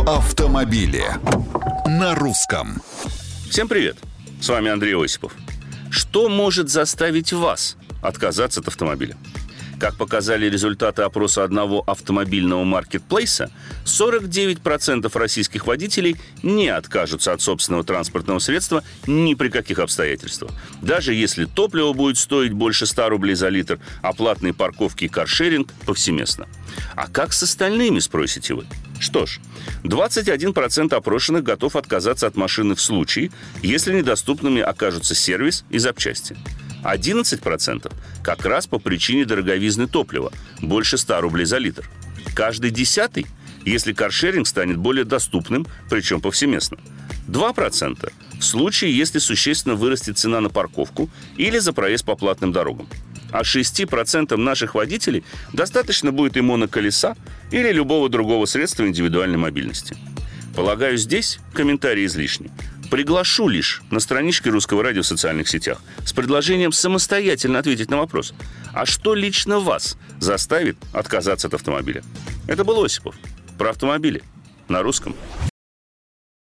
Про автомобили на русском. Всем привет! С вами Андрей Осипов. Что может заставить вас отказаться от автомобиля? Как показали результаты опроса одного автомобильного маркетплейса, 49% российских водителей не откажутся от собственного транспортного средства ни при каких обстоятельствах. Даже если топливо будет стоить больше 100 рублей за литр, а платные парковки и каршеринг повсеместно. А как с остальными, спросите вы? Что ж, 21% опрошенных готов отказаться от машины в случае, если недоступными окажутся сервис и запчасти. 11% как раз по причине дороговизны топлива, больше 100 рублей за литр. Каждый 10-й, если каршеринг станет более доступным, причем повсеместно. 2% в случае, если существенно вырастет цена на парковку или за проезд по платным дорогам. А 6% наших водителей достаточно будет и моноколеса или любого другого средства индивидуальной мобильности. Полагаю, здесь комментарии излишни. Приглашу лишь на страничке Русского радио в социальных сетях с предложением самостоятельно ответить на вопрос: а что лично вас заставит отказаться от автомобиля? Это был Осипов. Про автомобили на русском.